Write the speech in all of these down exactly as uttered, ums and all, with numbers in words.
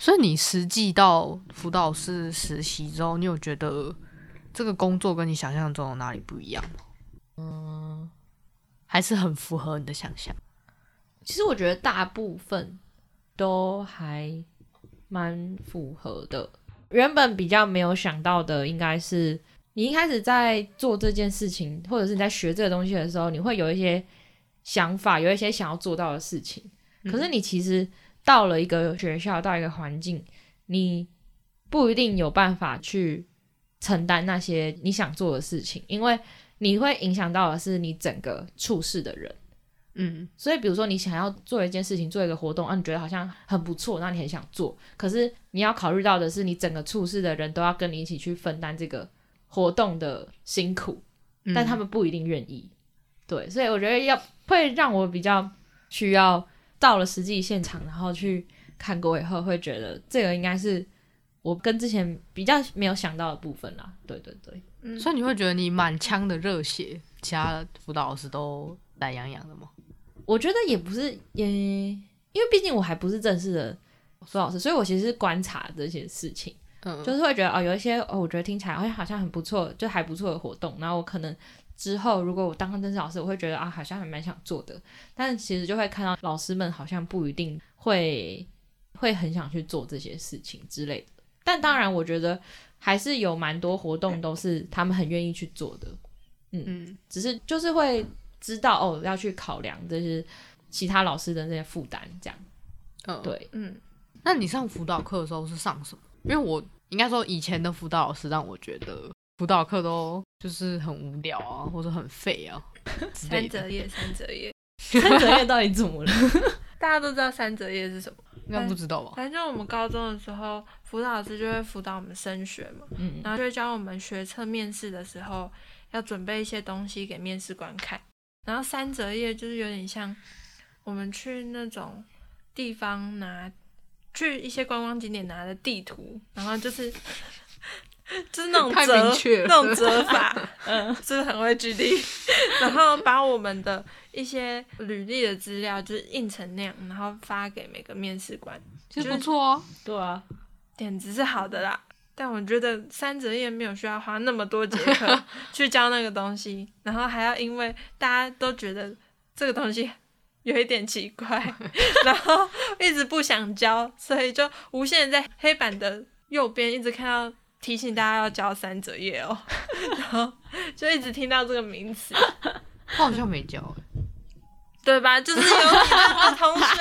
所以你实际到辅导室实习之后，你有觉得这个工作跟你想象中的哪里不一样吗？嗯，还是很符合你的想象？ 其实我觉得大部分都还蛮符合的。原本比较没有想到的应该是你一开始在做这件事情或者是你在学这个东西的时候，你会有一些想法，有一些想要做到的事情、嗯、可是你其实到了一个学校，到一个环境，你不一定有办法去承担那些你想做的事情，因为你会影响到的是你整个处事的人。嗯，所以比如说你想要做一件事情，做一个活动啊，你觉得好像很不错，那你很想做，可是你要考虑到的是你整个处事的人都要跟你一起去分担这个活动的辛苦、嗯、但他们不一定愿意。对，所以我觉得要会让我比较需要到了实际现场然后去看过以后，会觉得这个应该是我跟之前比较没有想到的部分啦。对对对、 嗯、所以你会觉得你满腔的热血，其他的辅导老师都懒洋洋的吗？ 我觉得也不是，也因为毕竟我还不是正式的辅导老师，所以我其实是观察这些事情、嗯、就是会觉得哦，有一些哦，我觉得听起来好像很不错，就还不错的活动，然后我可能之后如果我当上正式老师，我会觉得啊，好像还蛮想做的，但其实就会看到老师们好像不一定会会很想去做这些事情之类的。但当然我觉得还是有蛮多活动都是他们很愿意去做的。 嗯, 嗯只是就是会知道哦，要去考量就是其他老师的那些负担这样。嗯，对，嗯。 那你上辅导课的时候是上什么？因为我应该说以前的辅导老师让我觉得辅导课都就是很无聊啊，或者很废啊之类的。 三折页，三折页， 三折页到底怎么了？ 大家都知道三折页是什么？ 应该不知道吧？ 反正就我们高中的时候，辅导老师就会辅导我们升学嘛，嗯，然后就会教我们学测面试的时候要准备一些东西给面试官看。然后三折页就是有点像我们去那种地方拿去一些观光景点拿的地图，然后就是就是那种折那种折法，嗯，是不是很会举例？然后把我们的一些履历的资料就是印成那样，然后发给每个面试官。 其实不错啊， 对啊， 点子是好的啦。但我觉得三折页没有需要花那么多节课去教那个东西，然后还要因为大家都觉得这个东西有一点奇怪，然后一直不想教，所以就无限在黑板的右边一直看到提醒大家要教三折页哦，然后就一直听到这个名词。 我好像没教耶， 对吧？就是有你的同学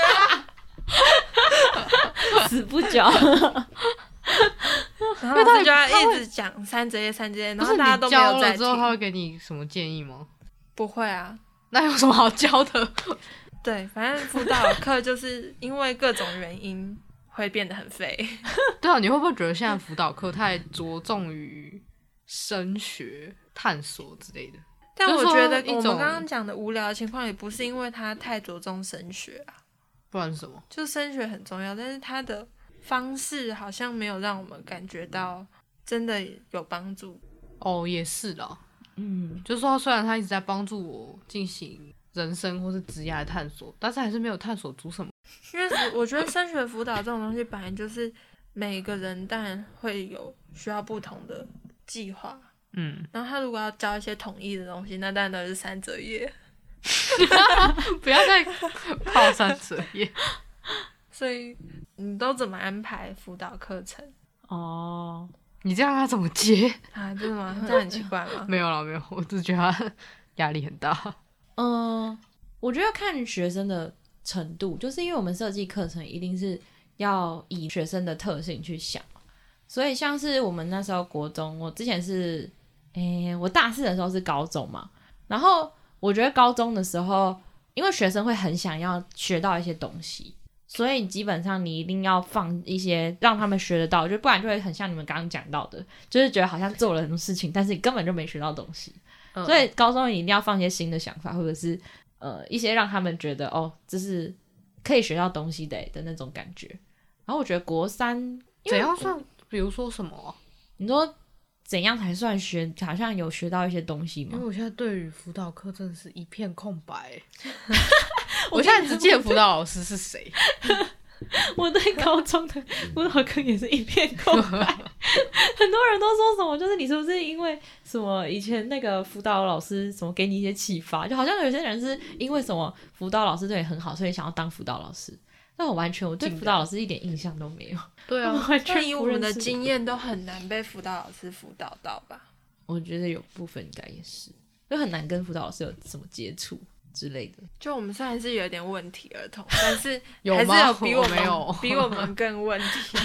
死不教。 然后老师就要一直讲三折页三折页，然后大家都没有在听。 不是你教了之后他会给你什么建议吗？ 不会啊。 那有什么好教的？ 对，反正辅导课就是因为各种原因会变得很废。 对啊，你会不会觉得现在辅导课太着重于升学探索之类的？ 但我觉得我们刚刚讲的无聊的情况也不是因为它太着重升学啊， 不然是什么？ 就升学很重要，但是它的方式好像没有让我们感觉到真的有帮助。 哦，也是啦，嗯，就是说虽然他一直在帮助我进行人生或是职业的探索，但是还是没有探索出什么。 因为我觉得升学辅导这种东西本来就是每个人当然会有需要不同的计划，嗯，然后他如果要教一些统一的东西，那当然都是三折页。 不要再泡三折页。 所以你都怎么安排辅导课程？ 哦，你这样他怎么接啊？真的吗？这样很奇怪吗？ 没有啦，没有，我只觉得他压力很大。 嗯、呃，我觉得要看学生的程度，就是因为我们设计课程一定是要以学生的特性去想，所以像是我们那时候国中，我之前是，诶，我大四的时候是高中嘛，然后我觉得高中的时候，因为学生会很想要学到一些东西。所以基本上你一定要放一些让他们学得到，就不然就会很像你们刚刚讲到的，就是觉得好像做了很多事情，但是你根本就没学到东西。嗯、所以高中你一定要放一些新的想法，或者是呃一些让他们觉得哦这是可以学到东西的的那种感觉。然后我觉得国三怎样算，比如说什么、啊？ 你说怎样才算学？好像有学到一些东西吗？ 因为我现在对于辅导课真的是一片空白。我现在只记得辅导老师是谁。 我对高中的辅导课也是一片空白。很多人都说什么，就是你是不是因为什么以前那个辅导老师什么给你一些启发，就好像有些人是因为什么辅导老师对你很好，所以想要当辅导老师。但我完全我对辅导老师一点印象都没有。 对啊， 完全以我们的经验都很难被辅导老师辅导到吧？ 我觉得有部分应该也是，就很难跟辅导老师有什么接触之类的。 就我们虽然是有点问题儿童，但是有还是有比我们我没有比我们更问题。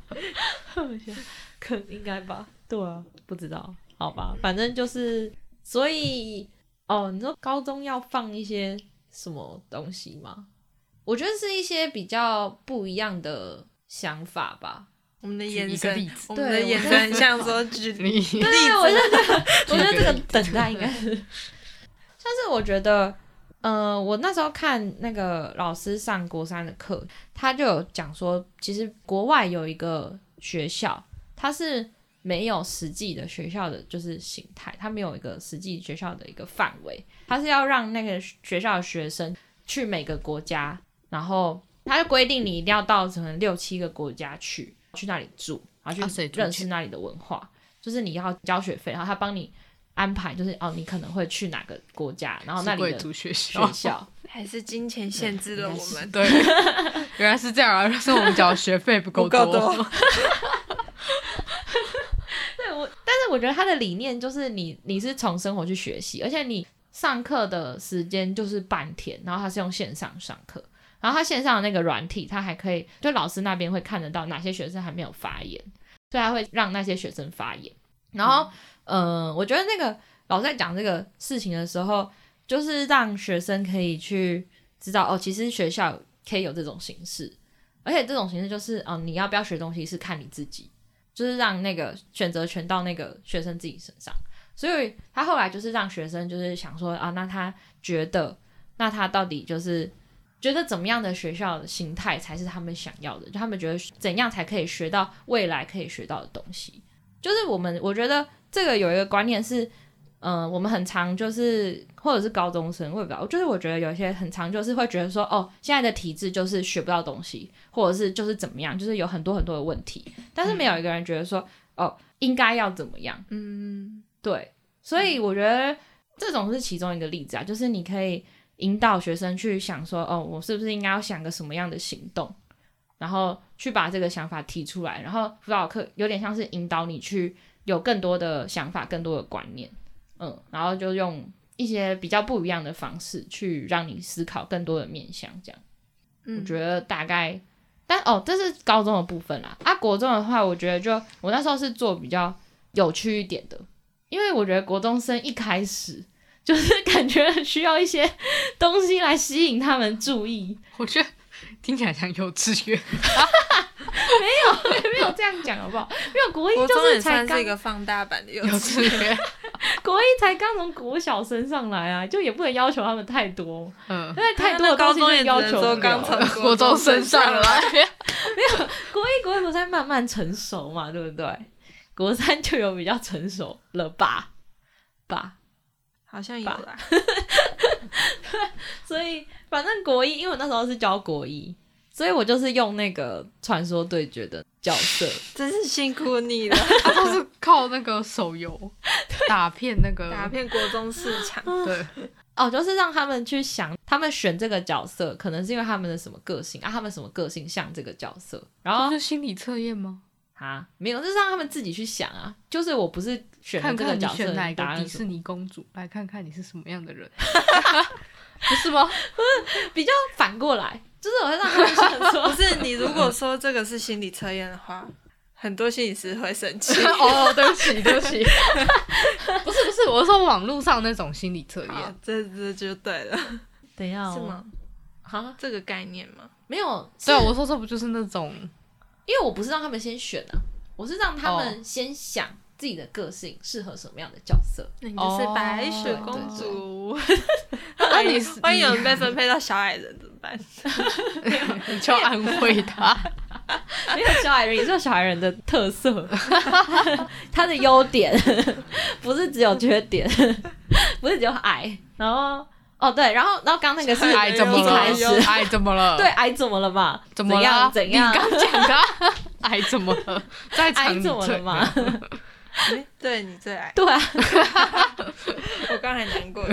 可应该吧？对啊，不知道，好吧，反正就是，所以哦，你说高中要放一些什么东西吗？我觉得是一些比较不一样的想法吧。 我们的眼神，我们的对眼神很像说举例例子。 对，我觉得这个，我觉得这个等待应该是，像是我觉得，呃，我那时候看那个老师上国三的课，他就有讲说，其实国外有一个学校，它是没有实际的学校的就是形态，它没有一个实际学校的一个范围，它是要让那个学校的学生去每个国家，然后他就规定你一定要到可能六七个国家去。去那里住，然后去认识那里的文化，啊、就是你要交学费，然后他帮你安排，就是哦，你可能会去哪个国家，然后那里的贵族学校， 学校还是金钱限制了我们。 对，原来是这样啊，是我们缴学费不够多。 多对我，但是我觉得他的理念就是你你是从生活去学习，而且你上课的时间就是半天，然后他是用线上上课。然后他线上的那个软体，他还可以，就老师那边会看得到哪些学生还没有发言，所以他会让那些学生发言。然后，嗯、呃，我觉得那个老师在讲这个事情的时候，就是让学生可以去知道，哦，其实学校可以有这种形式，而且这种形式就是，哦，你要不要学东西是看你自己，就是让那个选择权到那个学生自己身上。所以他后来就是让学生就是想说，啊，那他觉得，那他到底就是。觉得怎么样的学校的心态才是他们想要的，就他们觉得怎样才可以学到未来可以学到的东西。就是我们我觉得这个有一个观念是嗯、呃，我们很常就是或者是高中生，我也不知道，就是我觉得有些很常就是会觉得说，哦，现在的体制就是学不到东西，或者是就是怎么样，就是有很多很多的问题，但是没有一个人觉得说，哦，应该要怎么样。嗯，对，所以我觉得这种是其中一个例子啊，就是你可以引导学生去想说，哦，我是不是应该要想个什么样的行动，然后去把这个想法提出来，然后辅导课有点像是引导你去有更多的想法，更多的观念，嗯，然后就用一些比较不一样的方式去让你思考更多的面向，这样，嗯，我觉得大概，但哦，这是高中的部分啦，啊，国中的话，我觉得就我那时候是做比较有趣一点的，因为我觉得国中生一开始。就是感觉需要一些东西来吸引他们注意。 我觉得听起来像幼稚园。 没有，没有这样讲好不好？没有，国一就是才刚国中也算是一个放大版的幼稚园。 国一才刚从国小升上来啊，就也不能要求他们太多。嗯，因为太多的高中也要求说刚从国中升上来。 没有，国一国二不是慢慢成熟嘛，对不对？国三就有比较成熟了吧？吧。 好像有啦， 所以反正国一，因为我那时候是教国一，所以我就是用那个传说对决的角色， 真是辛苦你了。 他都是靠那个手游打遍那个打遍国中市场， 对， 哦，就是让他们去想，他们选这个角色，可能是因为他们的什么个性啊，他们什么个性像这个角色，然后这是心理测验吗？ 啊，没有，就是让他们自己去想啊。就是我不是选了这个角色， 看看你选哪一个迪士尼公主，来看看你是什么样的人，不是吗？ 不是，比较反过来，就是我会让他们想说， 不是你如果说这个是心理测验的话，很多心理师会生气。 哦，对不起，对不起，不是不是，我是说网络上那种心理测验， 这这就对了。 等一下、哦， 是吗？ 哈， 这个概念吗？ 没有， 对啊，我说这不就是那种。 因为我不是让他们先选啊，我是让他们先想自己的个性适合什么样的角色。 那你就是白雪公主。 那你万一有人被分配到小矮人怎么办？ 你就安慰他。 没有小矮人也是有小矮人的特色，他的优点不是只有缺点，不是只有矮。然后哦，对，然后然后刚那个是癌怎么了？ 一开始癌怎么了？ 对，癌怎么了嘛？ 怎么了？ 怎样？怎样你刚讲的、啊、癌怎么了？在癌怎么了嘛？ 欸、对你最矮。 对啊， 我刚还难过。 啊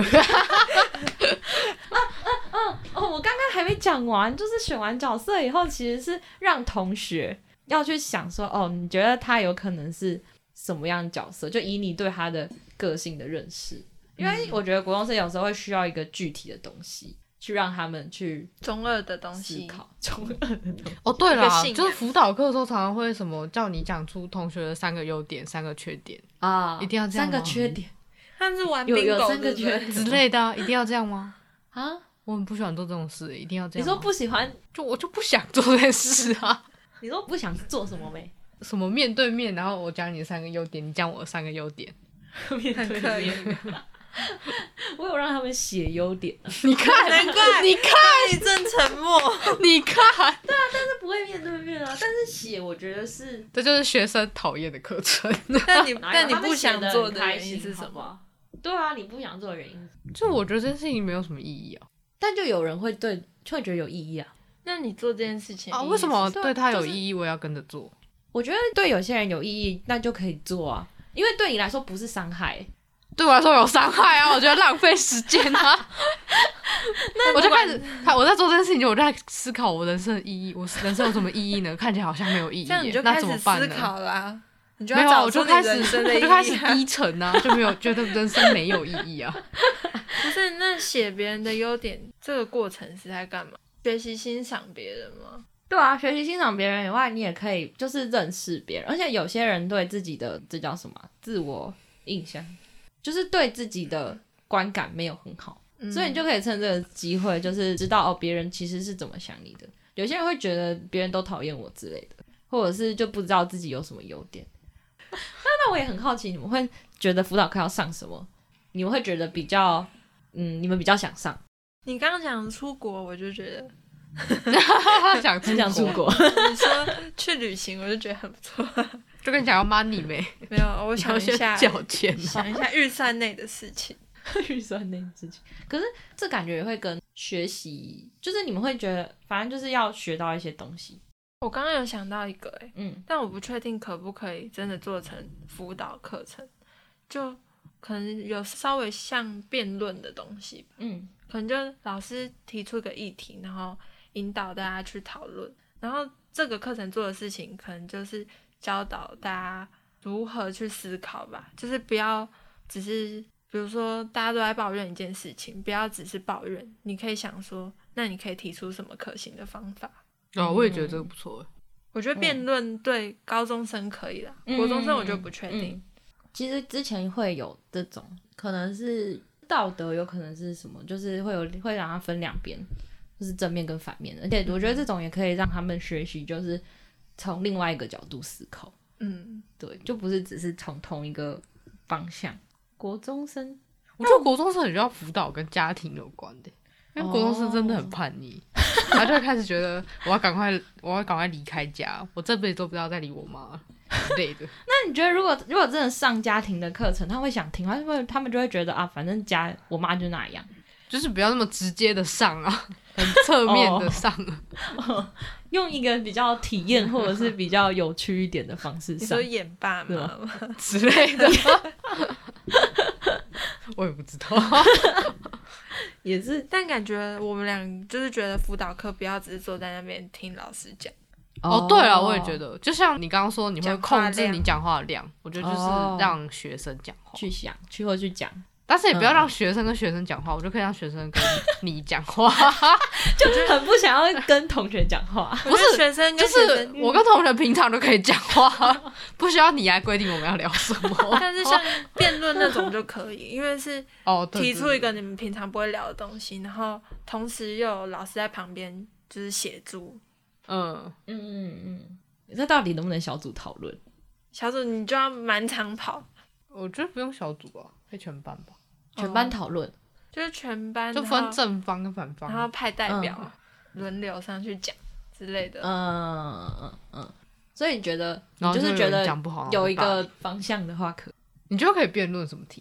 啊哦，我刚刚还没讲完，就是选完角色以后，其实是让同学要去想说，哦，你觉得他有可能是什么样的角色？就以你对他的个性的认识。因为我觉得国中生有时候会需要一个具体的东西，去让他们去中二的东思西， 考中二的东西。 哦，对啦，就是辅导课的时候常常会什么叫你讲出同学的三个优点、三个缺点啊， 一定要这样吗？ 三个缺点， 他是玩有有 bingo 三个缺点之类的、啊，一定要这样吗？ 啊， 我很不喜欢做这种事，一定要这样。 你说不喜欢， 就我就不想做这件事啊。 你说不想做什么没？ 什么面对面，然后我讲你的三个优点，你讲我的三个优点， 面对可以面。我有让他们写优点、啊， 你看， 难怪你看， 一阵沉默。 你看， 对啊，但是不会面对面啊。但是写，我觉得是， 这就是学生讨厌的课程。 但你哪有但你不想做的原因是什么？ 对啊，你不想做的原因， 就我觉得这件事情没有什么意义啊。 但就有人会对，就会觉得有意义啊。 那你做这件事情啊，为什么对对他有就是意义，我也要跟着做？ 我觉得对有些人有意义，那就可以做啊，因为对你来说不是伤害。 对我来说有伤害啊，我觉得浪费时间啊。那我就开始，我在做这件事情，我就在思考我人生的意义。我人生有什么意义呢？看起来好像没有意义耶， 这样你就那开始怎么办呢？ 思考啦。你就没有， 要找出你我就开始， 人生的意义、 我就开始低沉啊，就没有觉得人生没有意义啊。 不是，那写别人的优点这个过程是在干嘛？学习欣赏别人吗？ 对啊，学习欣赏别人以外，你也可以就是认识别人，而且有些人对自己的这叫什么自我印象，就是对自己的观感没有很好，嗯、所以你就可以趁这个机会，就是知道哦别人其实是怎么想你的。有些人会觉得别人都讨厌我之类的，或者是就不知道自己有什么优点。那那我也很好奇，你们会觉得辅导课要上什么？你们会觉得比较嗯，你们比较想上？ 你刚刚讲出国，我就觉得。 想很想出国， 你说去旅行，我就觉得很不错。 就跟你讲要 money 没？ 没有，我想一下， 缴钱、啊， 想一下预算内的事情。 预算内的事情，可是这感觉也会跟学习，就是你们会觉得，反正就是要学到一些东西。 我刚刚有想到一个、欸， 嗯， 但我不确定可不可以真的做成辅导课程，就可能有稍微像辩论的东西吧。 嗯， 可能就老师提出个议题，然后引导大家去讨论，然后这个课程做的事情可能就是教导大家如何去思考吧，就是不要只是比如说大家都在抱怨一件事情，不要只是抱怨，你可以想说那你可以提出什么可行的方法。 哦，我也觉得这个不错。 我觉得辩论对高中生可以啦，嗯、国中生我就不确定、嗯嗯。 其实之前会有这种，可能是道德，有可能是什么，就是会有会让它分两边。就是正面跟反面的，而且我觉得这种也可以让他们学习，就是从另外一个角度思考。 嗯， 对，就不是只是从同一个方向。国中生， 我觉得国中生很需要辅导跟家庭有关的，因为国中生真的很叛逆，哦、他就会开始觉得我要赶快，我要赶快离开家，我这辈子都不要再理我妈之类的。 那你觉得，如果如果真的上家庭的课程，他会想听，他会他们就会觉得啊，反正家我妈就那样。 就是不要那么直接的上啊，很侧面的上、 哦哦，用一个比较体验或者是比较有趣一点的方式上。 你说演爸妈吗之类的？我也不知道， 也是。 但感觉我们俩就是觉得辅导课不要只是坐在那边听老师讲。 哦，对了，我也觉得，就像你刚刚说，你会控制你讲话的量，我觉得就是让学生讲话， 去想，去或去讲。 但是也不要让学生跟学生讲话，嗯、我就可以让学生跟你讲话， 就是很不想要跟同学讲话。 不是学生跟学生， 就是我跟同学平常都可以讲话，不需要你来规定我们要聊什么。 但是像辩论那种就可以，因为是哦提出一个你们平常不会聊的东西，然后同时又有老师在旁边就是协助。 嗯嗯嗯嗯，这到底能不能小组讨论？ 小组你就要满场跑。 我觉得不用小组啊，可以全班吧。 全班讨论、哦， 就是全班就分正方跟反方， 然后派代表轮流上去讲之类的。 嗯嗯嗯。所以你觉得，你就是觉得讲不好有一个方向的话可， 你觉得可以辩论什么题？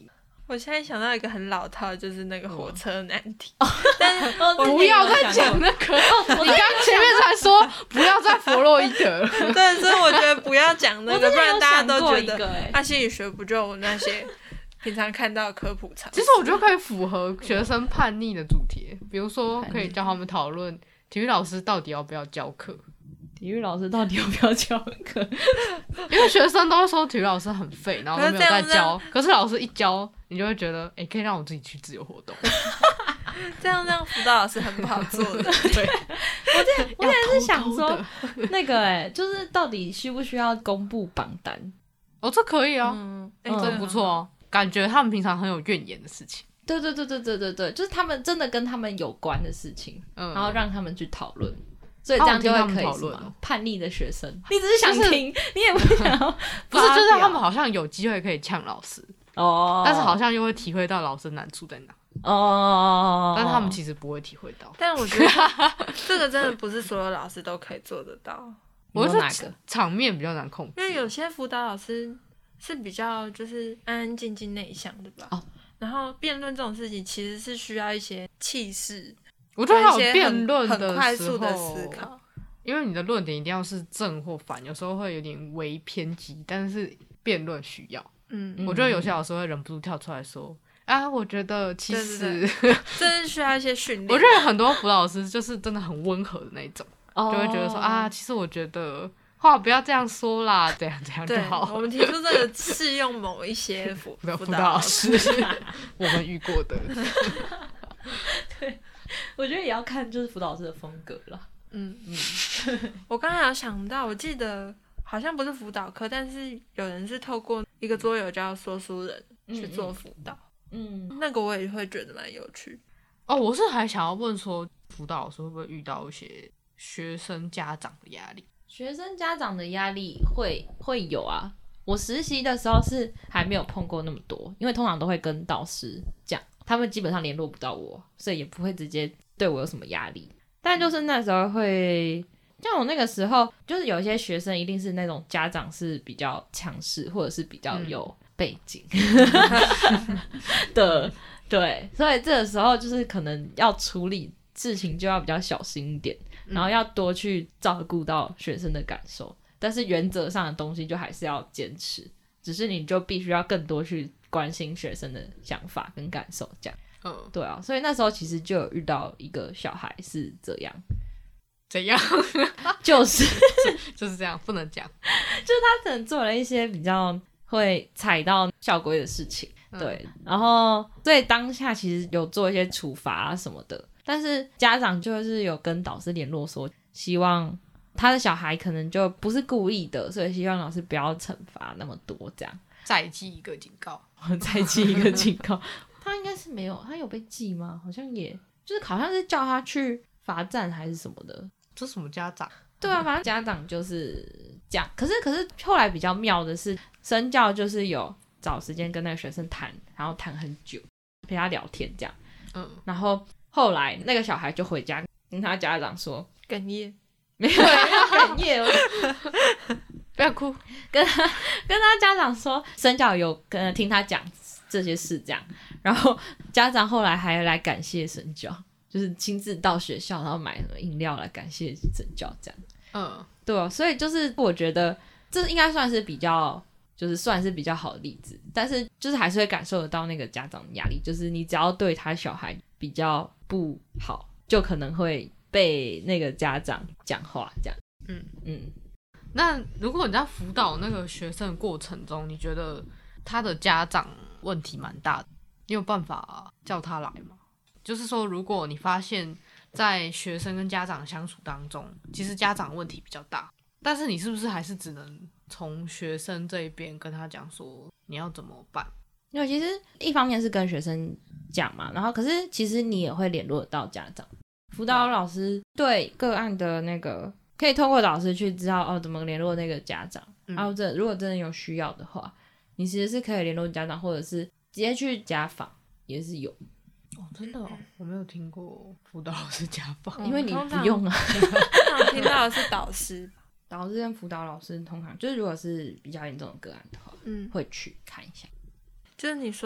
我现在想到一个很老套，就是那个火车难题。 哦、 但是我不要再讲那个，你刚前面才说不要再弗洛伊德了。 对，所以我觉得不要讲那个，不然大家都觉得， 哎， 啊，心理学不就那些平常看到的科普常识？ 其实我觉得可以符合学生叛逆的主题，比如说可以教他们讨论体育老师到底要不要教课。 体育老师到底要不要教课？ 因为学生都会说体育老师很废，然后都没有在教。可是老师一教，你就会觉得，哎、欸，可以让我自己去自由活动。 这样让辅导老师很不好做的。 对， 我这我也是想说，那个哎、欸，就是到底需不需要公布榜单？ 哦，这可以啊， 嗯， 欸、这不错哦、啊。感觉他们平常很有怨言的事情。 对对对对对对对，就是他们真的跟他们有关的事情，嗯、然后让他们去讨论。所以这样就会可以什么叛逆的学生，你只是想听，就是、你也不想要， 不是，就是他们好像有机会可以呛老师哦，但是好像又会体会到老师难处在哪哦，但是他们其实不会体会到。 但我觉得这个真的不是所有老师都可以做得到。 我是哪个场面比较难控制？ 因为有些辅导老师是比较就是安安静静内向的吧，哦、然后辩论这种事情其实是需要一些气势。 我觉得还有辩论的快速的思考， 因为你的论点一定要是正或反，有时候会有点微偏激，但是辩论需要。嗯，我觉得有些老师会忍不住跳出来说：“啊，我觉得其实对对对这是需要一些训练。” 我觉得很多辅导老师就是真的很温和的那种，哦、就会觉得说：“啊，其实我觉得话不要这样说啦，这样这样就好。” 我们提出这个适用某一些辅辅导老师，我们遇过的。 对。我觉得也要看就是辅导老师的风格啦。 嗯嗯，我刚才有想到，我记得好像不是辅导课，但是有人是透过一个桌游叫说书人去做辅导。嗯，嗯那个我也会觉得蛮有趣。 哦，我是还想要问说，辅导老师会不会遇到一些学生家长的压力？ 学生家长的压力会会有啊。我实习的时候是还没有碰过那么多，因为通常都会跟导师讲。他们基本上联络不到我，所以也不会直接对我有什么压力。但就是那时候会，像我那个时候，就是有一些学生一定是那种家长是比较强势，或者是比较有背景、嗯、的，对，所以这个时候就是可能要处理事情就要比较小心一点，然后要多去照顾到学生的感受。但是原则上的东西就还是要坚持，只是你就必须要更多去关心学生的想法跟感受这样。嗯，对啊，所以那时候其实就有遇到一个小孩是这样。 怎样？ 就是就是这样，不能讲。 就是他可能做了一些比较会踩到校规的事情，对、嗯、然后所以当下其实有做一些处罚啊什么的，但是家长就是有跟导师联络说希望他的小孩可能就不是故意的，所以希望老师不要惩罚那么多这样。 再记一个警告。 再记一个警告。他应该是没有，他有被记吗？好像也就是好像是叫他去罚站还是什么的。 这什么家长？ 对啊，反正家长就是这样。可是可是后来比较妙的是，身教就是有找时间跟那个学生谈，然后谈很久，陪他聊天这样。嗯，然后后来那个小孩就回家跟他家长说哽咽， 没有哽咽， 不要哭， 跟他跟他家长说，身教有跟听他讲这些事这样，然后家长后来还来感谢身教，就是亲自到学校然后买什么饮料来感谢身教这样。嗯，对啊，所以就是我觉得这应该算是比较就是算是比较好的例子，但是就是还是会感受得到那个家长的压力，就是你只要对他小孩比较不好，就可能会被那个家长讲话这样。嗯嗯， 那如果你在辅导那个学生的过程中，你觉得他的家长问题蛮大的，你有办法叫他来吗？就是说如果你发现在学生跟家长相处当中，其实家长问题比较大，但是你是不是还是只能从学生这一边跟他讲说你要怎么办？ 因为其实一方面是跟学生讲嘛，然后可是其实你也会联络到家长，辅导老师对个案的那个可以透过老师去知道哦怎么联络那个家长，嗯、然后这如果真的有需要的话，你其实是可以联络家长，或者是直接去家访也是有。 哦，真的哦，我没有听过辅导老师家访、 嗯，因为你不用啊。 通常听到的是导师， 导师跟辅导老师通常就是如果是比较严重的个案的话，嗯，会去看一下。 就是你说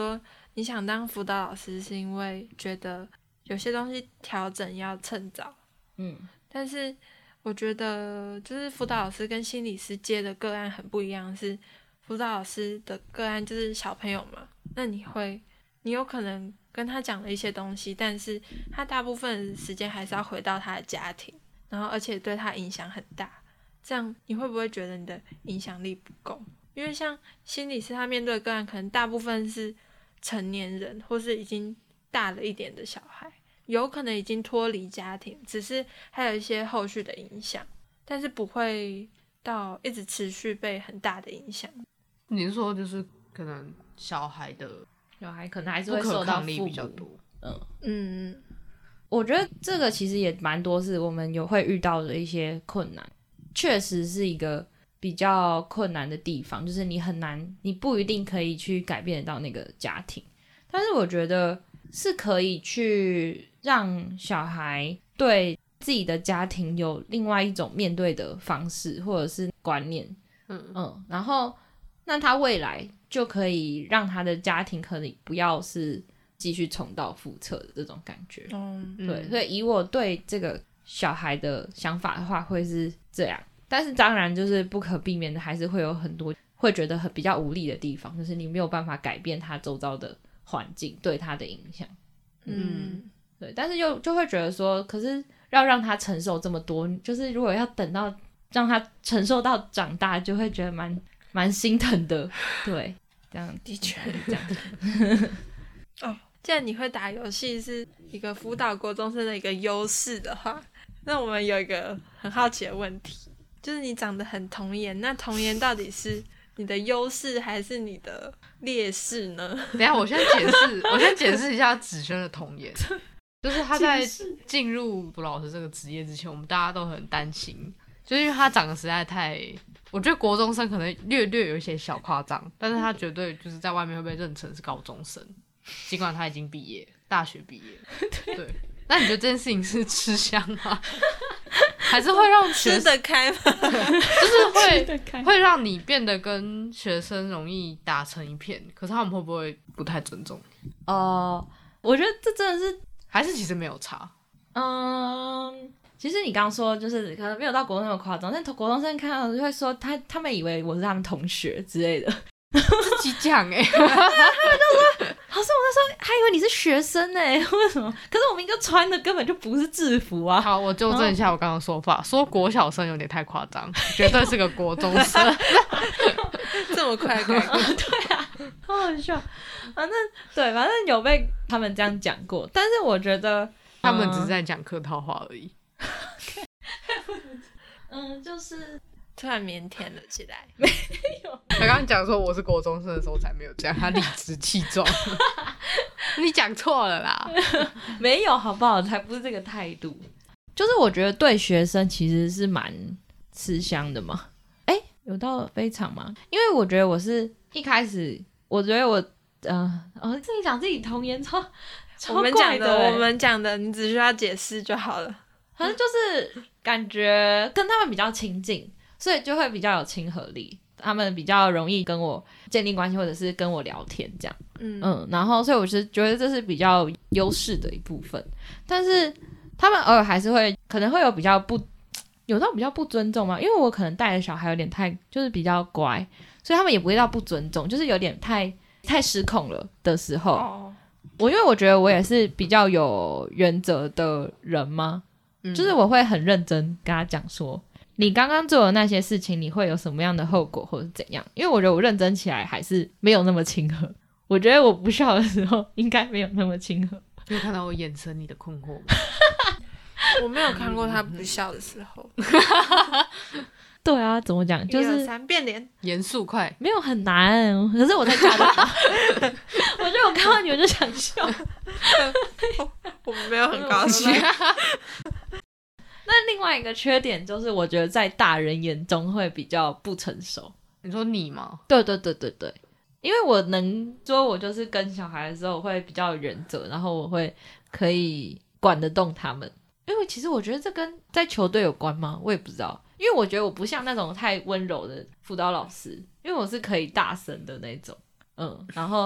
你想当辅导老师是因为觉得有些东西调整要趁早， 嗯， 但是我觉得就是辅导老师跟心理师接的个案很不一样，是辅导老师的个案就是小朋友嘛，那你会你有可能跟他讲了一些东西，但是他大部分的时间还是要回到他的家庭，然后而且对他影响很大，这样你会不会觉得你的影响力不够？因为像心理师他面对的个案可能大部分是成年人或是已经大了一点的小孩，有可能已经脱离家庭，只是还有一些后续的影响，但是不会到一直持续被很大的影响。 你是说就是可能小孩的小孩可能还是不可会受到抗力父母比较多？ 嗯嗯， 我觉得这个其实也蛮多是我们有会遇到的一些困难，确实是一个比较困难的地方，就是你很难，你不一定可以去改变得到那个家庭，但是我觉得是可以去让小孩对自己的家庭有另外一种面对的方式或者是观念， 嗯嗯，然后那他未来就可以让他的家庭可能不要是继续重蹈覆辙的这种感觉。 嗯， 对，所以以我对这个小孩的想法的话，会是这样。但是当然，就是不可避免的，还是会有很多会觉得很比较无力的地方，就是你没有办法改变他周遭的环境对他的影响。 嗯， 对，但是又就会觉得说，可是要让他承受这么多，就是如果要等到让他承受到长大，就会觉得蛮蛮心疼的。对，这样的确这样。 哦，既然你会打游戏是一个辅导国中生的一个优势的话，那我们有一个很好奇的问题，就是你长得很童颜，那童颜到底是你的优势还是你的劣势呢？ 等一下我先解释，我先解释一下子轩的童颜。就是他在进入辅导老师这个职业之前，我们大家都很担心，就是因为他长得实在太，我觉得国中生可能略略有一些小夸张，但是他绝对就是在外面会被认成是高中生，尽管他已经毕业，大学毕业。对，那你觉得这件事情是吃香吗？还是会让学吃得开吗？ 就是会会让你变得跟学生容易打成一片，可是他们会不会不太尊重你？ 哦、呃，我觉得这真的是。 还是其实没有差， 嗯，其实你刚刚说就是可能没有到国中那么夸张，但国中生看到就会说他他们以为我是他们同学之类的， 自己讲哎、欸， 他们就说，老师我那时候还以为你是学生哎、欸，为什么？可是我们一个穿的根本就不是制服啊。 好，我纠正一下我刚刚说法，说国小生有点太夸张，绝对是个国中生， 这么快改过？ 对啊，好好笑。反正对，反正有被他们这样讲过，但是我觉得他们只是在讲客套话而已。 嗯，就是突然腼腆了起来。 没有， 他刚刚讲说我是国中生的时候才没有这样，他理直气壮。你讲错了啦， 没有好不好？才不是这个态度。就是我觉得对学生其实是蛮吃香的嘛。哎，有到非常吗？因为我觉得我是一开始，我觉得我。呃，哦，自己讲自己童颜超超我们怪的、 讲的， 欸， 我们讲的，你只需要解释就好了。 反正就是感觉跟他们比较亲近，所以就会比较有亲和力，他们比较容易跟我建立关系，或者是跟我聊天这样。 嗯嗯，然后所以我是觉得这是比较优势的一部分，但是他们偶尔还是会可能会有比较不有到比较不尊重嘛，因为我可能带的小孩有点太就是比较乖，所以他们也不会到不尊重，就是有点太。太失控了的时候，哦、我因为我觉得我也是比较有原则的人嘛，嗯、就是我会很认真跟他讲说，你刚刚做的那些事情，你会有什么样的后果或者怎样？因为我觉得我认真起来还是没有那么亲和，我觉得我不笑的时候应该没有那么亲和。 有看到我眼神里的困惑吗？ 我没有看过他不笑的时候。 对啊，怎么讲？就是一二三变脸， 严肃快， 没有很难。可是我在家的，我觉得我看到你我就想笑。 我没有很高兴。 那另外一个缺点就是，我觉得在大人眼中会比较不成熟。 你说你吗？ 对对对对对，因为我能说，我就是跟小孩的时候，我会比较有原则，然后我会可以管得动他们。因为其实我觉得这跟在球队有关吗？我也不知道。因为我觉得我不像那种太温柔的辅导老师，因为我是可以大声的那种，嗯，然后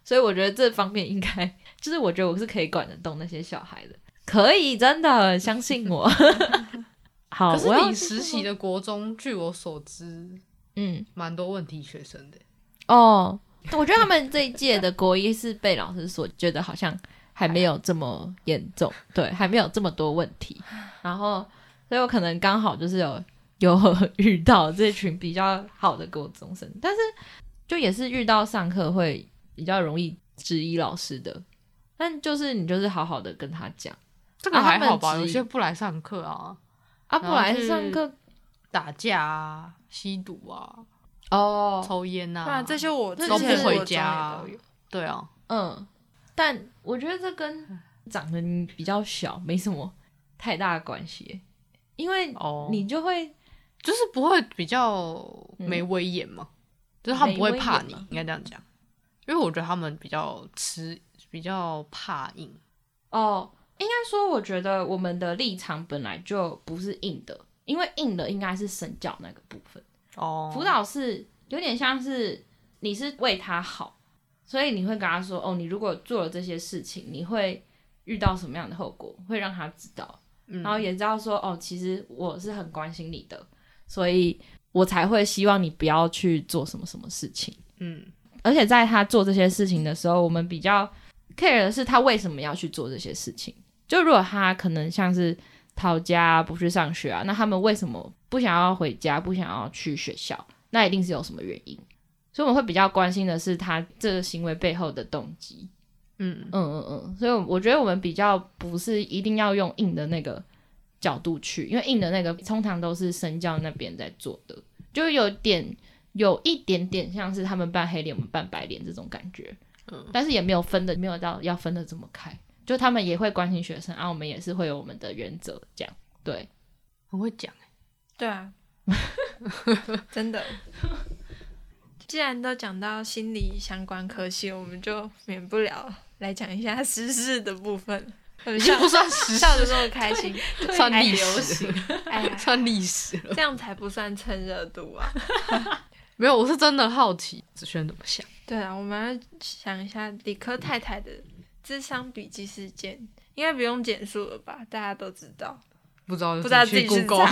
所以我觉得这方面应该就是我觉得我是可以管得动那些小孩的，可以，真的相信我。好， 可是我要你实习的国中，据我所知， 嗯， 蛮多问题学生的。 哦，我觉得他们这一届的国一是被老师所觉得好像还没有这么严重，对，还没有这么多问题。然后，所以我可能刚好就是有有遇到这群比较好的国中生，但是就也是遇到上课会比较容易质疑老师的，但就是你就是好好的跟他讲， 这个还好吧？ 啊、 有些不来上课啊， 啊，不来上课打架啊、吸毒啊、 哦、 抽烟啊， 对啊，这些我之都前不回家、啊国中也都有。 对啊， 嗯，但我觉得这跟长得比较小没什么太大的关系，因为你就会、 哦、就是不会比较没威严嘛、嗯，就是他们不会怕你，应该这样讲。因为我觉得他们比较吃，比较怕硬。 哦，应该说，我觉得我们的立场本来就不是硬的，因为硬的应该是身教那个部分。 哦， 辅导是有点像是你是为他好，所以你会跟他说，哦，你如果做了这些事情，你会遇到什么样的后果，会让他知道，嗯、然后也知道说，哦，其实我是很关心你的，所以我才会希望你不要去做什么什么事情。嗯。而且在他做这些事情的时候，我们比较 care 的是他为什么要去做这些事情。就如果他可能像是逃家不去上学啊，那他们为什么不想要回家，不想要去学校，那一定是有什么原因。所以我们会比较关心的是他这个行为背后的动机。嗯嗯嗯嗯，所以我觉得我们比较不是一定要用硬的那个角度去，因为硬的那个通常都是身教那边在做的，就有点有一点点像是他们扮黑脸我们扮白脸这种感觉。嗯，但是也没有分的，没有到要分的这么开，就他们也会关心学生啊，我们也是会有我们的原则这样。对， 很会讲。 对啊，真的。既然都讲到心理相关科系，我们就免不了来讲一下时事的部分。 已经不算时事， 笑得这么开心， 算历史， 哎呀， 算历史了。 这样才不算蹭热度啊！ 没有，我是真的好奇子轩怎么想。 对啊，我们要想一下理科太太的諮商笔记事件，应该不用简述了吧？大家都知道。 不知道就不知道自己是 Google。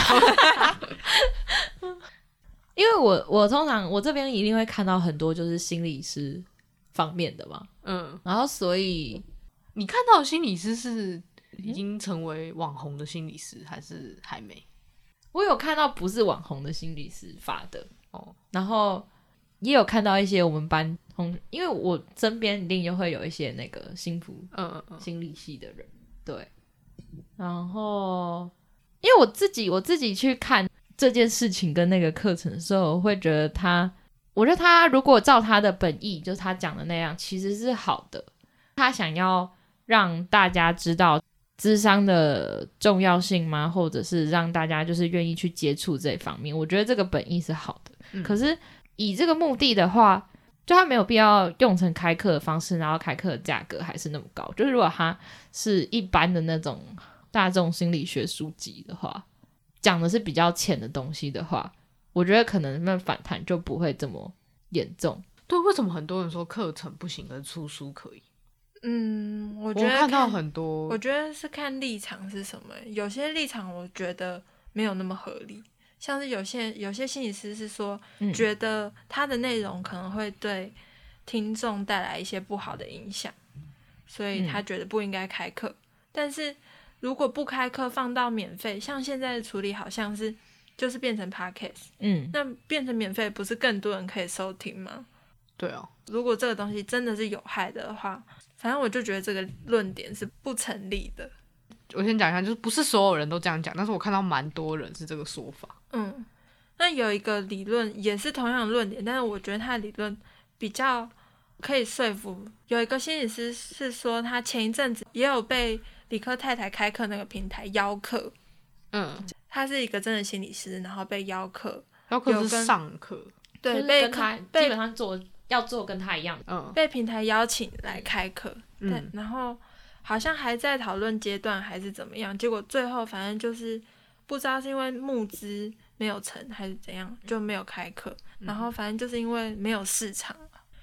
因为我我通常我这边一定会看到很多就是心理师方面的嘛，嗯，然后所以你看到的心理师是已经成为网红的心理师，还是还没？ 我有看到不是网红的心理师发的哦，然后也有看到一些我们班同，因为我身边一定就会有一些那个心辅嗯嗯嗯心理系的人，对，然后因为我自己我自己去看这件事情跟那个课程的时候，我会觉得他，我觉得他如果照他的本意，就是他讲的那样，其实是好的。他想要让大家知道諮商的重要性吗？或者是让大家就是愿意去接触这一方面，我觉得这个本意是好的。嗯、可是以这个目的的话，就他没有必要用成开课的方式，然后开课的价格还是那么高。就是如果他是一般的那种大众心理学书籍的话，讲的是比较浅的东西的话，我觉得可能那反弹就不会这么严重。 对，为什么很多人说课程不行，而出书可以？ 嗯，我觉得我看到很多， 我觉得是看立场是什么。有些立场我觉得没有那么合理，像是有些有些心理师是说，嗯、觉得他的内容可能会对听众带来一些不好的影响，所以他觉得不应该开课。嗯、但是如果不开课放到免费，像现在的处理好像是就是变成 podcast， 嗯，那变成免费不是更多人可以收听吗？ 对啊， 如果这个东西真的是有害的话，反正我就觉得这个论点是不成立的。 我先讲一下，就是不是所有人都这样讲，但是我看到蛮多人是这个说法。 嗯，那有一个理论也是同样的论点，但是我觉得他的理论比较可以说服。有一个心理师是说，他前一阵子也有被理科太太开课那个平台邀课，嗯，他是一个真的心理师，然后被邀课， 邀课是上课， 对，被跟他基本上做要做跟他一样的， 嗯，被平台邀请来开课，嗯，对，然后好像还在讨论阶段还是怎么样，结果最后反正就是不知道是因为募资没有成还是怎样，就没有开课，嗯，然后反正就是因为没有市场。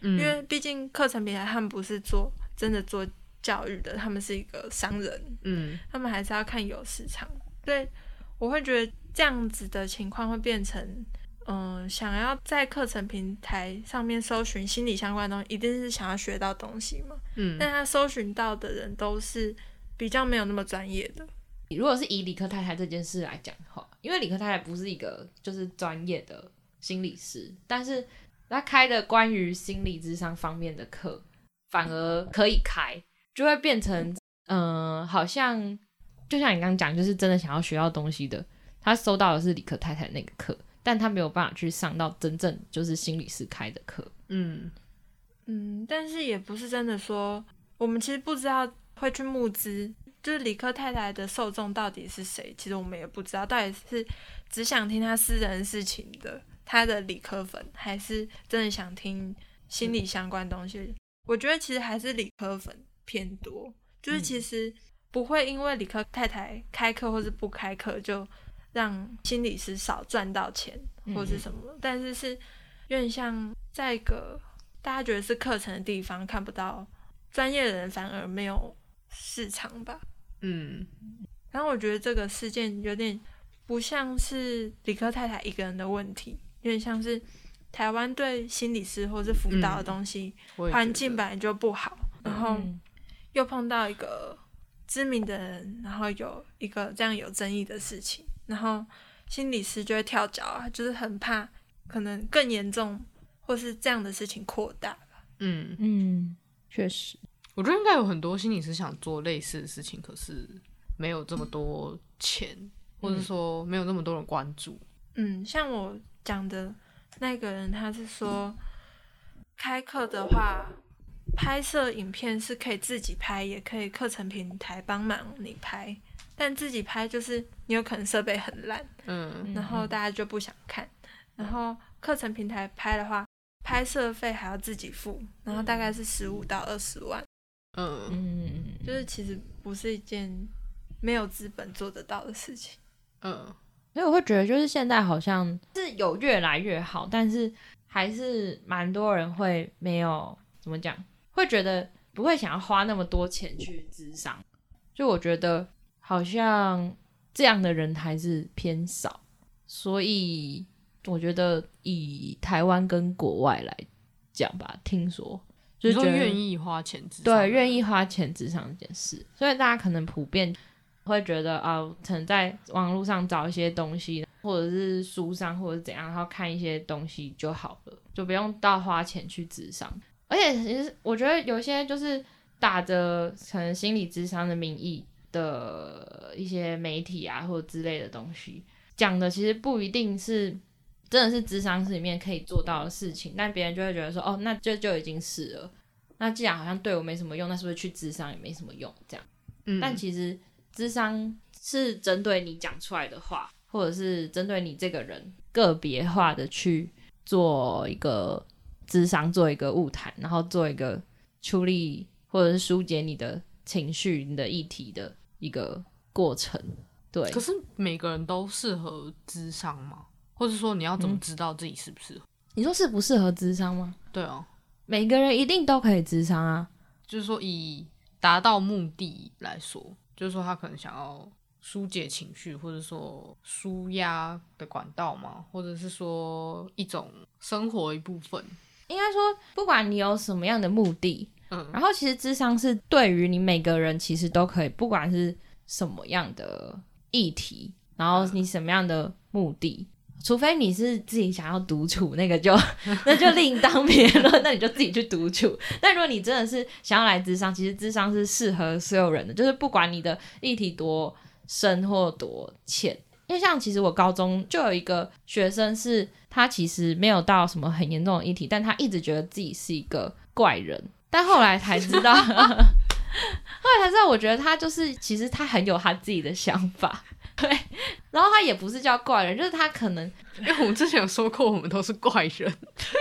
嗯、 因为毕竟课程平台他们不是做真的做教育的，他们是一个商人， 嗯， 他们还是要看有市场。对，我会觉得这样子的情况会变成，嗯、呃，想要在课程平台上面搜寻心理相关的东西，一定是想要学到东西嘛， 嗯， 但他搜寻到的人都是比较没有那么专业的。 如果是以理科太太这件事来讲的话，因为理科太太不是一个就是专业的心理师，但是他开的关于心理諮商方面的课反而可以开，就会变成嗯、呃，好像就像你刚刚讲，就是真的想要学到东西的，他收到的是理科太太那个课，但他没有办法去上到真正就是心理师开的课。 嗯嗯，但是也不是真的说，我们其实不知道会去募资，就是理科太太的受众到底是谁，其实我们也不知道，到底是只想听他私人事情的他的理科粉，还是真的想听心理相关东西。我觉得其实还是理科粉偏多，就是其实不会因为理科太太开课或是不开课就让心理师少赚到钱或是什么、嗯、但是是有点像在一个大家觉得是课程的地方看不到专业的人，反而没有市场吧。 嗯， 然后我觉得这个事件有点不像是理科太太一个人的问题，有点像是台湾对心理师或是辅导的东西环、嗯、境本来就不好，然后又碰到一个知名的人，然后有一个这样有争议的事情，然后心理师就会跳脚啊，就是很怕可能更严重或是这样的事情扩大吧。 嗯嗯，确实， 我觉得应该有很多心理师想做类似的事情，可是没有这么多钱，或者说没有那么多人关注。 嗯，像我讲的那个人，他是说开课的话，拍摄影片是可以自己拍，也可以课程平台帮忙你拍，但自己拍就是你有可能设备很烂， 嗯， 然后大家就不想看。然后课程平台拍的话，拍摄费还要自己付，然后大概是十五到二十万。 嗯嗯， 就是其实不是一件没有资本做得到的事情。 嗯， 所以我会觉得就是现在好像是有越来越好，但是还是蛮多人会没有怎么讲，会觉得不会想要花那么多钱去諮商，就我觉得好像这样的人还是偏少，所以我觉得以台湾跟国外来讲吧，听说就是觉得愿意花钱諮商， 对，愿意花钱諮商这件事，所以大家可能普遍会觉得啊，可能在网络上找一些东西，或者是书上或者是怎样，然后看一些东西就好了，就不用到花钱去諮商。而且其实我觉得有些就是打着可能心理諮商的名义的一些媒体啊或者之类的东西，讲的其实不一定是真的是諮商室里面可以做到的事情，但别人就会觉得说哦，那这 就, 就已经是了，那既然好像对我没什么用，那是不是去諮商也没什么用这样、嗯、但其实諮商是针对你讲出来的话，或者是针对你这个人个别化的去做一个諮商，做一个晤谈，然后做一个处理或者是疏解你的情绪你的议题的一个过程。对， 可是每个人都适合諮商吗？或者说你要怎么知道自己适不适合、嗯、 你说适不适合諮商吗？ 对啊， 每个人一定都可以諮商啊， 就是说以达到目的来说，就是说他可能想要疏解情绪，或者说抒压的管道嘛，或者是说一种生活一部分。 应该说不管你有什么样的目的， 嗯， 然后其实諮商是对于你每个人其实都可以，不管是什么样的议题，然后你什么样的目的、嗯、除非你是自己想要独处，那个就那就另当别论，那你就自己去独处。但如果你真的是想要来諮商，其实諮商是适合所有人的，就是不管你的议题多深或多浅。因为像其实我高中就有一个学生是他其实没有到什么很严重的议题，但他一直觉得自己是一个怪人，但后来才知道后来才知道我觉得他就是其实他很有他自己的想法，对，然后他也不是叫怪人，就是他可能因为我们之前有说过我们都是怪人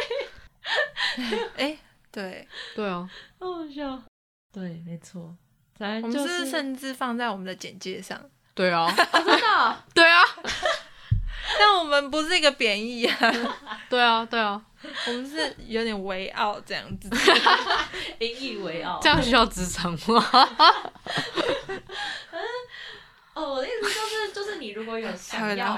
哎、欸，对对啊， 好好笑，对，没错， 我们是不是甚至放在我们的简介上？ 对啊、 哦、真的、哦、 对啊哎、 但我们不是一个贬义啊， 对啊，对啊， 我们是有点为傲这样子， 引以为傲。 这样需要职场吗？ 哦，我的意思就是，就是你如果有想要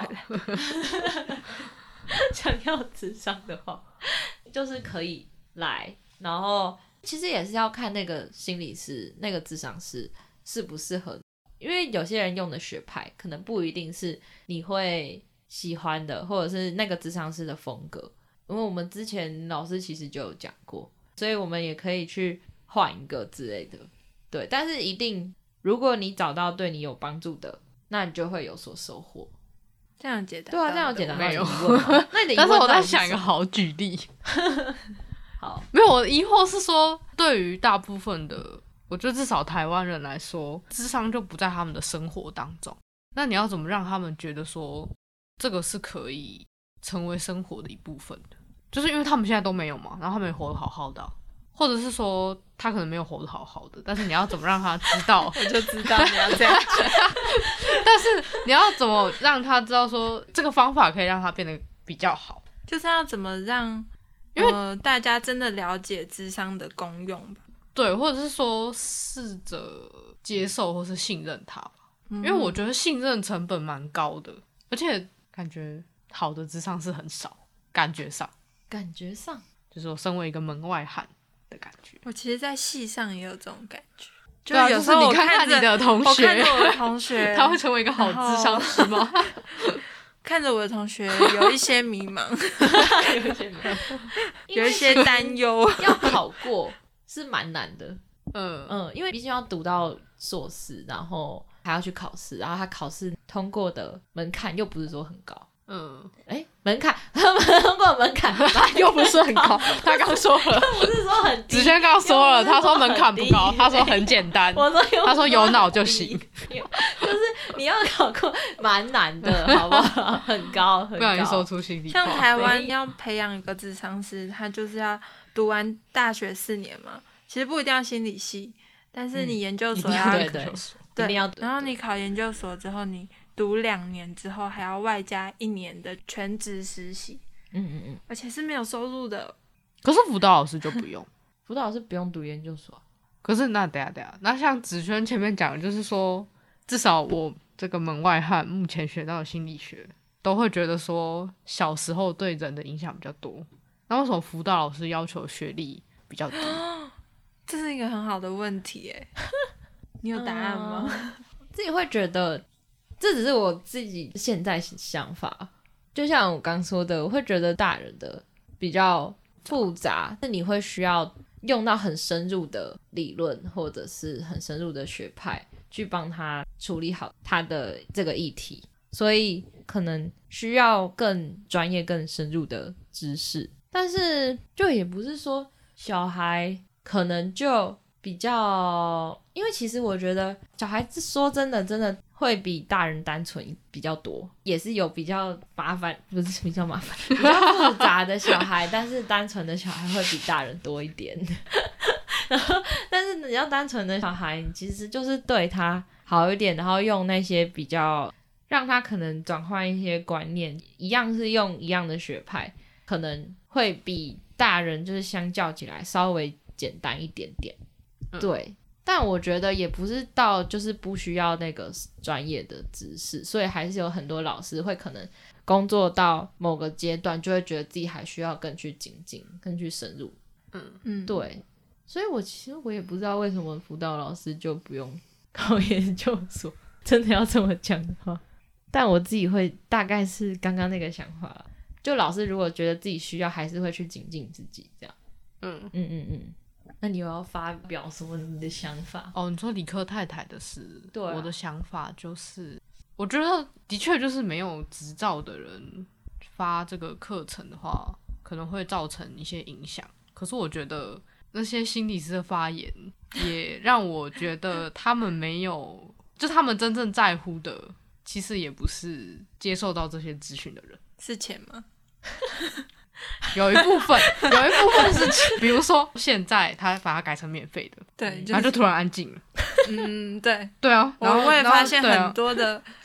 想要咨商的话，就是可以来，然后其实也是要看那个心理师、那个咨商师适不适合，因为有些人用的学派可能不一定是你会喜欢的，或者是那个咨商师的风格。因为我们之前老师其实就有讲过，所以我们也可以去换一个之类的。对，但是一定，如果你找到对你有帮助的，那你就会有所收获。 这样解答对啊，这样解答没有。 那你的疑问， 但是我在想一个好举例。 好， 没有，我的疑惑是说，对于大部分的，我觉得至少台湾人来说，諮商就不在他们的生活当中。那你要怎么让他们觉得说，这个是可以成为生活的一部分的？就是因为他们现在都没有嘛，然后他们也活得好好的啊、或者是说他可能没有活得好好的，但是你要怎么让他知道？ 我就知道你要这样讲。 但是你要怎么让他知道说这个方法可以让他变得比较好？ 就是要怎么让因为、呃、大家真的了解諮商的功用吧？ 对，或者是说试着接受或是信任他吧、嗯、因为我觉得信任成本蛮高的，而且感觉好的諮商是很少，感觉上感觉上就是我身为一个门外汉的感觉。 我其实在系上也有这种感觉，就是有时候我看看着你的同学， 我看着我的同学他会成为一个好諮商师吗？ 看着我的同学有一些迷茫有一些迷茫有一些担忧要考过是蛮难的。 嗯嗯，因为毕竟要读到硕士，然后还要去考试，然后他考试通过的门槛又不是说很高。嗯，哎，门槛通过门槛又不是很高，他刚说了， 不是说很低。 子轩刚说了，他说门槛不高，他说很简单， 我说他说有脑就行， 就是你要考过蛮难的，好不好？很高，很高。 不小心说出心里话。 像台湾要培养一个諮商师，他就是要读完大学四年嘛，其实不一定要心理系，但是你研究所要、 嗯、对对对，一定要读。 然后你考研究所之后，你读两年之后还要外加一年的全职实习， 嗯嗯嗯， 而且是没有收入的。 可是辅导老师就不用， 辅导老师不用读研究所。 可是那等一下等一下，那像子轩前面讲的，就是说，至少我这个门外汉目前学到的心理学，都会觉得说小时候对人的影响比较多。那为什么辅导老师要求学历比较低？ 这是一个很好的问题耶。你有答案吗？ 嗯、自己会觉得。这只是我自己现在想法，就像我刚说的，我会觉得大人的比较复杂，是你会需要用到很深入的理论或者是很深入的学派去帮他处理好他的这个议题，所以可能需要更专业更深入的知识。但是就也不是说小孩可能就比较，因为其实我觉得小孩子说真的真的会比大人单纯比较多，也是有比较麻烦，不是比较麻烦，比较复杂的小孩，但是单纯的小孩会比大人多一点。然后，但是你要单纯的小孩，你其实就是对他好一点，然后用那些比较让他可能转换一些观念，一样是用一样的学派，可能会比大人就是相较起来稍微简单一点点。嗯、对。但我觉得也不是到就是不需要那个专业的知识，所以还是有很多老师会可能工作到某个阶段就会觉得自己还需要更去精进更去深入。嗯嗯，对，所以我其实我也不知道为什么辅导老师就不用考研究所，真的要这么讲的话，但我自己会大概是刚刚那个想法，就老师如果觉得自己需要还是会去精进自己这样。嗯嗯嗯嗯，那你有要发表什么你的想法？ 哦，你说理科太太的事， 对、啊， 我的想法就是，我觉得的确就是没有执照的人发这个课程的话，可能会造成一些影响。可是我觉得那些心理师的发言，也让我觉得他们没有，就他们真正在乎的，其实也不是接受到这些资讯的人， 是钱吗？ 有一部分，有一部分是，比如说现在他把它改成免费的， 对， 然后就突然安静了。 嗯，对， 对啊。然后我也发现很多的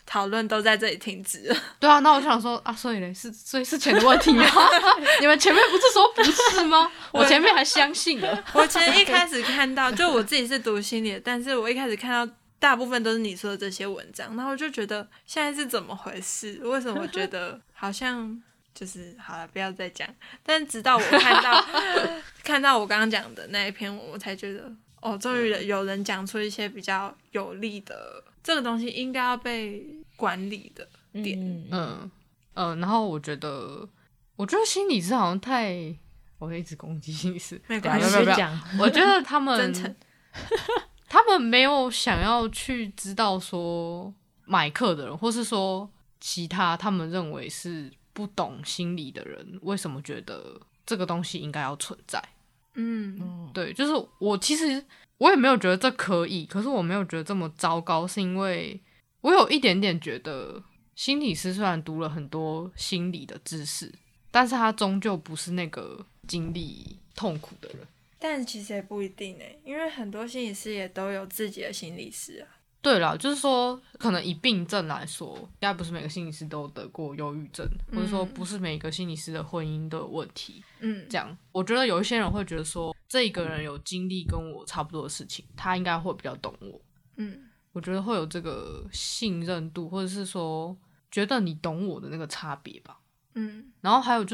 讨论都在这里停止了。 对啊，那我想说啊，所以嘞，是所以是钱的问题吗？你们前面不是说不是吗？我前面还相信了。 我其实一开始看到，就我自己是读心理的，但是我一开始看到大部分都是你说的这些文章，然后我就觉得现在是怎么回事？为什么我觉得好像就是好了，不要再讲。但直到我看到看到我刚刚讲的那一篇文，我才觉得哦，终于有人讲出一些比较有利的，这个东西应该要被管理的点。 嗯嗯、呃，然后我觉得，我觉得心理师好像太，我会一直攻击心理师， 没关系， 讲。 我觉得他们真诚。 他们没有想要去知道说买课的人，或是说其他他们认为是不懂心理的人，为什么觉得这个东西应该要存在。 嗯， 对，就是我其实我也没有觉得这可以，可是我没有觉得这么糟糕，是因为我有一点点觉得心理师虽然读了很多心理的知识，但是他终究不是那个经历痛苦的人。 但其实也不一定耶，因为很多心理师也都有自己的心理师啊。 对啦，就是说可能以病症来说，应该不是每个心理师都得过忧郁症，嗯、或者说不是每个心理师的婚姻都有问题。嗯，这样我觉得有一些人会觉得说，这一个人有经历跟我差不多的事情，他应该会比较懂我。嗯，我觉得会有这个信任度，或者是说觉得你懂我的那个差别吧。嗯，然后还有就是，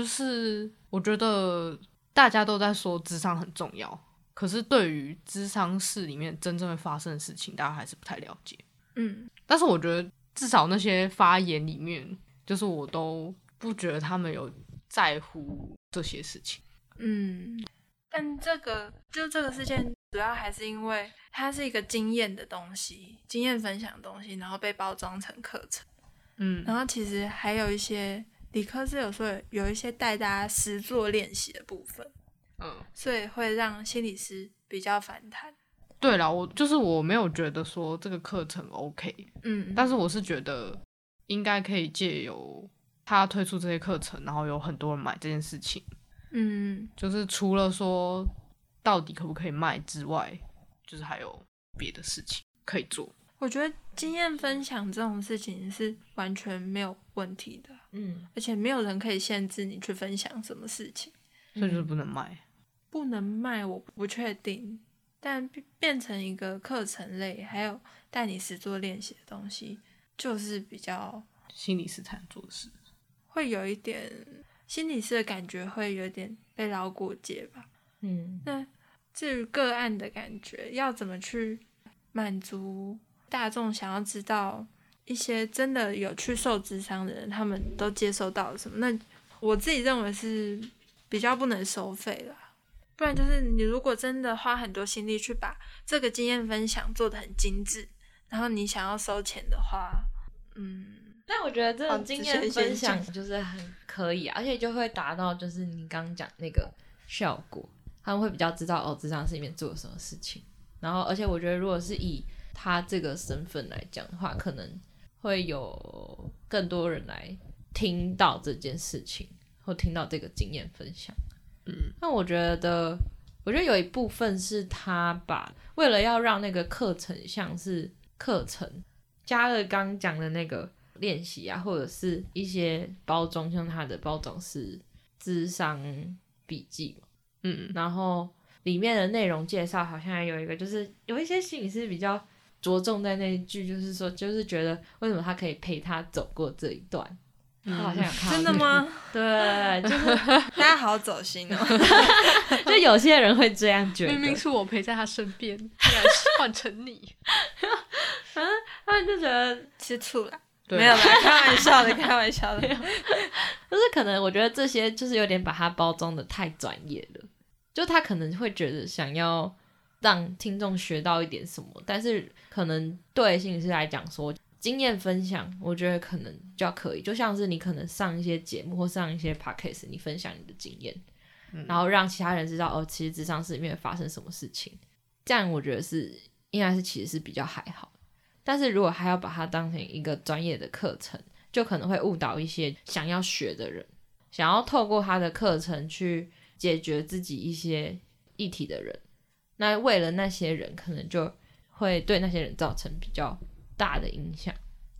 我觉得大家都在说諮商很重要。可是对于諮商室里面真正会发生的事情，大家还是不太了解。嗯，但是我觉得至少那些发言里面，就是我都不觉得他们有在乎这些事情。 嗯，但这个就这个事件主要还是因为它是一个经验的东西，经验分享的东西，然后被包装成课程。嗯，然后其实还有一些理科是有时候有一些带大家实作练习的部分。嗯，所以会让心理师比较反弹。 对啦，我就是我没有觉得说这个课程 OK， 嗯，但是我是觉得应该可以借由他推出这些课程，然后有很多人买这件事情，嗯，就是除了说到底可不可以卖之外，就是还有别的事情可以做。 我觉得经验分享这种事情是完全没有问题的，嗯，而且没有人可以限制你去分享什么事情， 所以就是不能卖。 不能卖我不确定，但变成一个课程类还有带你实作练习的东西，就是比较心理师才能做的事， 会有一点心理师的感觉，会有点被绕过界吧。嗯，那至于个案的感觉，要怎么去满足大众想要知道一些真的有去受諮商的人他们都接受到了什么，那我自己认为是比较不能收费啦。不然就是你如果真的花很多心力去把这个经验分享做得很精致，然后你想要收钱的话，嗯， 但我觉得这种经验分享就是很可以、啊、而且就会达到就是你刚刚讲那个效果，他们会比较知道哦，諮商室里面做了什么事情。然后而且我觉得如果是以他这个身份来讲的话，可能会有更多人来听到这件事情，或听到这个经验分享。嗯，那我觉得，我觉得有一部分是他把为了要让那个课程像是课程，加了刚讲的那个练习啊，或者是一些包装，像他的包装是諮商笔记嘛，嗯，然后里面的内容介绍好像还有一个，就是有一些心理师比较着重在那一句，就是说，就是觉得为什么他可以陪他走过这一段。他好像有看到、 真的吗？ 对，就是大家好走心哦。 就有些人会这样觉得， 明明是我陪在他身边，竟然换成你。 反正他们就觉得吃醋了，没有啦，开玩笑的，开玩笑的。 就是可能我觉得这些就是有点把它包装的太专业了，就他可能会觉得想要让听众学到一点什么，但是可能对心理师来讲说。经验分享我觉得可能比较可以，就像是你可能上一些节目或上一些 podcast 你分享你的经验、嗯、然后让其他人知道哦，其实諮商室里面发生什么事情，这样我觉得是应该是其实是比较还好。但是如果还要把它当成一个专业的课程，就可能会误导一些想要学的人，想要透过他的课程去解决自己一些议题的人，那为了那些人可能就会对那些人造成比较大的影响。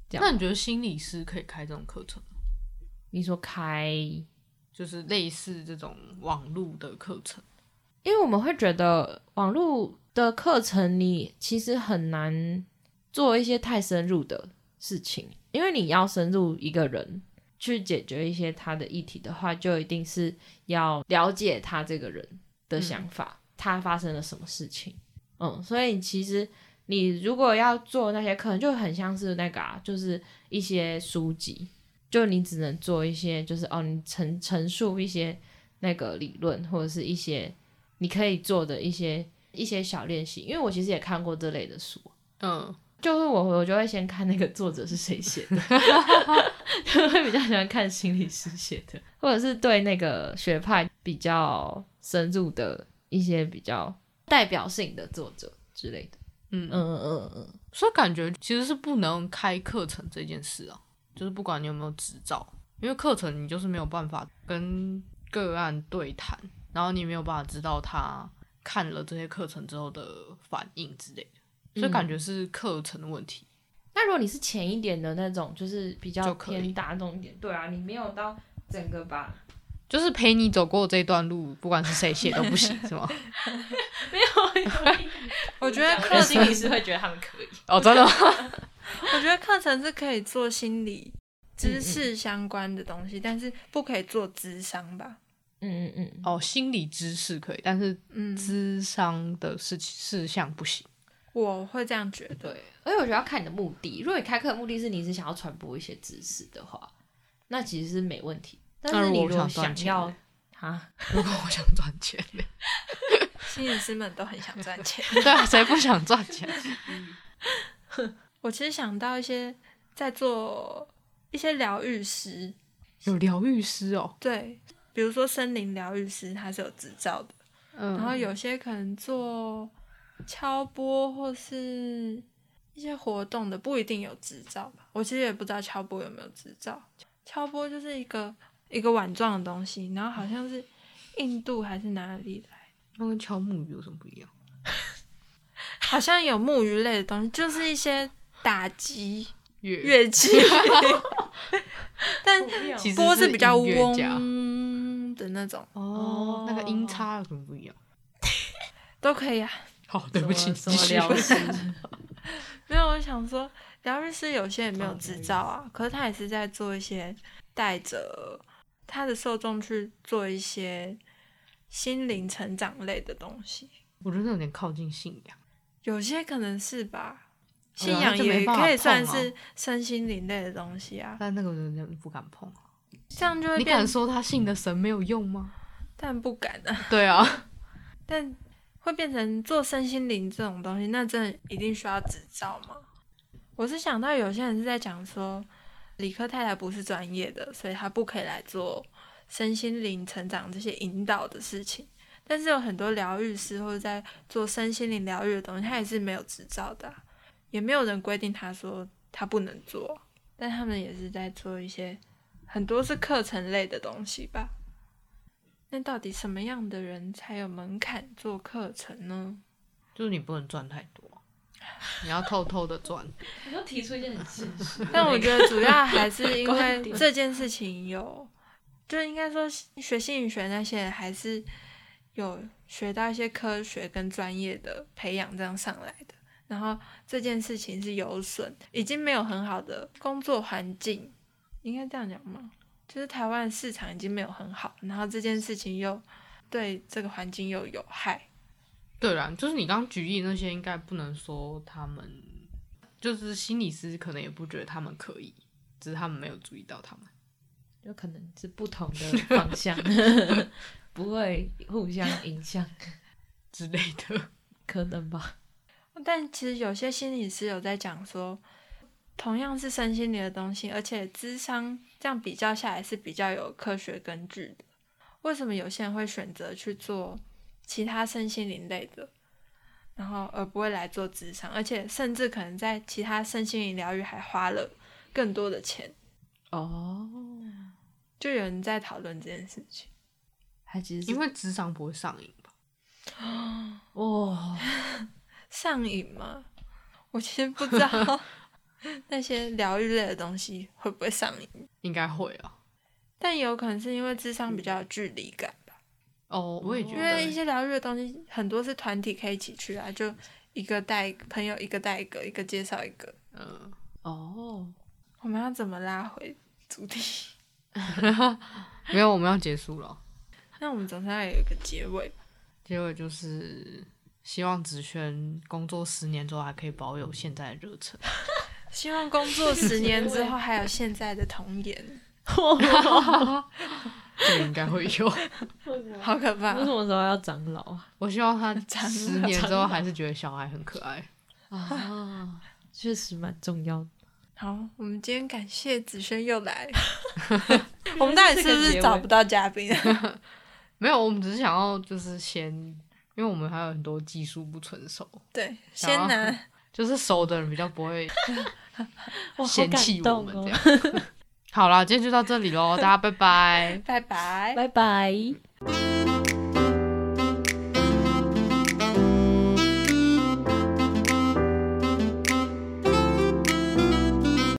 那你觉得心理师可以开这种课程吗？ 你说开就是类似这种网络的课程？ 因为我们会觉得网络的课程你其实很难做一些太深入的事情，因为你要深入一个人去解决一些他的议题的话，就一定是要了解他这个人的想法、嗯、他发生了什么事情。嗯，所以其实你如果要做那些课程就很像是那个啊，就是一些书籍，就你只能做一些就是哦，你陈陈述一些那个理论或者是一些你可以做的一些一些小练习。因为我其实也看过这类的书，嗯，就是我我就会先看那个作者是谁写的就会比较喜欢看心理师写的，或者是对那个学派比较深入的一些比较代表性的作者之类的。嗯嗯嗯嗯， 所以感觉其实是不能开课程这件事啊，就是不管你有没有执照，因为课程你就是没有办法跟个案对谈，然后你没有办法知道他看了这些课程之后的反应之类的，所以感觉是课程的问题。 嗯、那如果你是浅一点的那种，就是比较偏大众一点，对啊，你没有到整个把。 就是陪你走过这段路，不管是谁写都不行，是吗？ 没有， 我觉得课心理师会觉得他们可以。 哦，真的吗？ 我觉得课程是可以做心理知识相关的东西，嗯嗯，但是不可以做諮商吧。 嗯嗯嗯。 哦，心理知识可以，但是諮商的事事项不行。 我会这样觉得。 对，而且我觉得要看你的目的。如果你开课的目的是你是想要传播一些知识的话，那其实是没问题。但是你如果想要哈， 如果我想赚钱心理师们都很想赚钱对啊，谁不想赚钱我其实想到一些在做一些疗愈师， 有疗愈师哦， 对，比如说森林疗愈师他是有执照的、嗯、然后有些可能做敲钵或是一些活动的不一定有执照吧，我其实也不知道敲钵有没有执照。敲钵就是一个一个碗状的东西，然后好像是印度还是哪里来， 那跟敲木鱼有什么不一样？ 好像有木鱼类的东西，就是一些打击乐器但钵是比较嗡的那种。 哦，那个音叉有什么不一样？ 都可以啊。 好，对不起， 什么疗愈师没有，我想说疗愈师有些也没有执照啊，可是他也是在做一些带着他的受众去做一些心灵成长类的东西。 我觉得有点靠近信仰， 有些可能是吧，信仰也可以算是身心灵类的东西啊。 但那个人不敢碰啊， 这样就会变。 你敢说他信的神没有用吗？ 但不敢啊。 对啊， 但会变成做身心灵这种东西，那真的一定需要执照吗？我是想到有些人是在讲说理科太太不是专业的，所以她不可以来做身心灵成长这些引导的事情，但是有很多疗愈师或者在做身心灵疗愈的东西，他也是没有执照的、啊、也没有人规定他说他不能做，但他们也是在做一些很多是课程类的东西吧。那到底什么样的人才有门槛做课程呢？ 就是你不能赚太多，你要偷偷的赚。 你就提出一件很现实， 但我觉得主要还是因为这件事情有，就应该说学心理学那些人还是有学到一些科学跟专业的培养这样上来的，然后这件事情是有损，已经没有很好的工作环境，应该这样讲吗？就是台湾市场已经没有很好，然后这件事情又对这个环境又有害。 对啦，就是你刚刚举例那些应该不能说他们就是心理师可能也不觉得他们可以，只是他们没有注意到他们， 有可能是不同的方向不会互相影响之类的， 可能吧。 但其实有些心理师有在讲说同样是身心灵的东西，而且諮商这样比较下来是比较有科学根据的，为什么有些人会选择去做其他身心灵类的，然后而不会来做諮商，而且甚至可能在其他身心灵疗愈还花了更多的钱哦， 就有人在讨论这件事情。 还其实因为諮商不会上瘾吧？ 哇， 上瘾吗？我其实不知道那些疗愈类的东西会不会上瘾？ 应该会啊。 但有可能是因为智商比较有距离感吧。 哦，我也觉因得， 为一些疗愈的东西很多是团体可以一起去啊，就一个带一个朋友，一个带一个，一个介绍一个。 嗯， 哦， 我们要怎么拉回主题？ 没有，我们要结束了。 那我们总是要有一个结尾吧。 结尾就是希望子轩工作十年之后还可以保有现在的热忱。 希望工作十年之后还有现在的童颜。 这应该会有。 好可怕！ 我什么时候要长老啊？ 我希望他十年之后还是觉得小孩很可爱啊，确实蛮重要的。 好，我们今天感谢子轩又来。我们到底是不是找不到嘉宾？ 没有，我们只是想要就是先，因为我们还有很多技术不成熟。 对，先拿， 就是熟的人比较不会嫌弃我们这样。 哦、 好啦，今天就到这里咯，大家拜拜， 拜拜， 拜拜。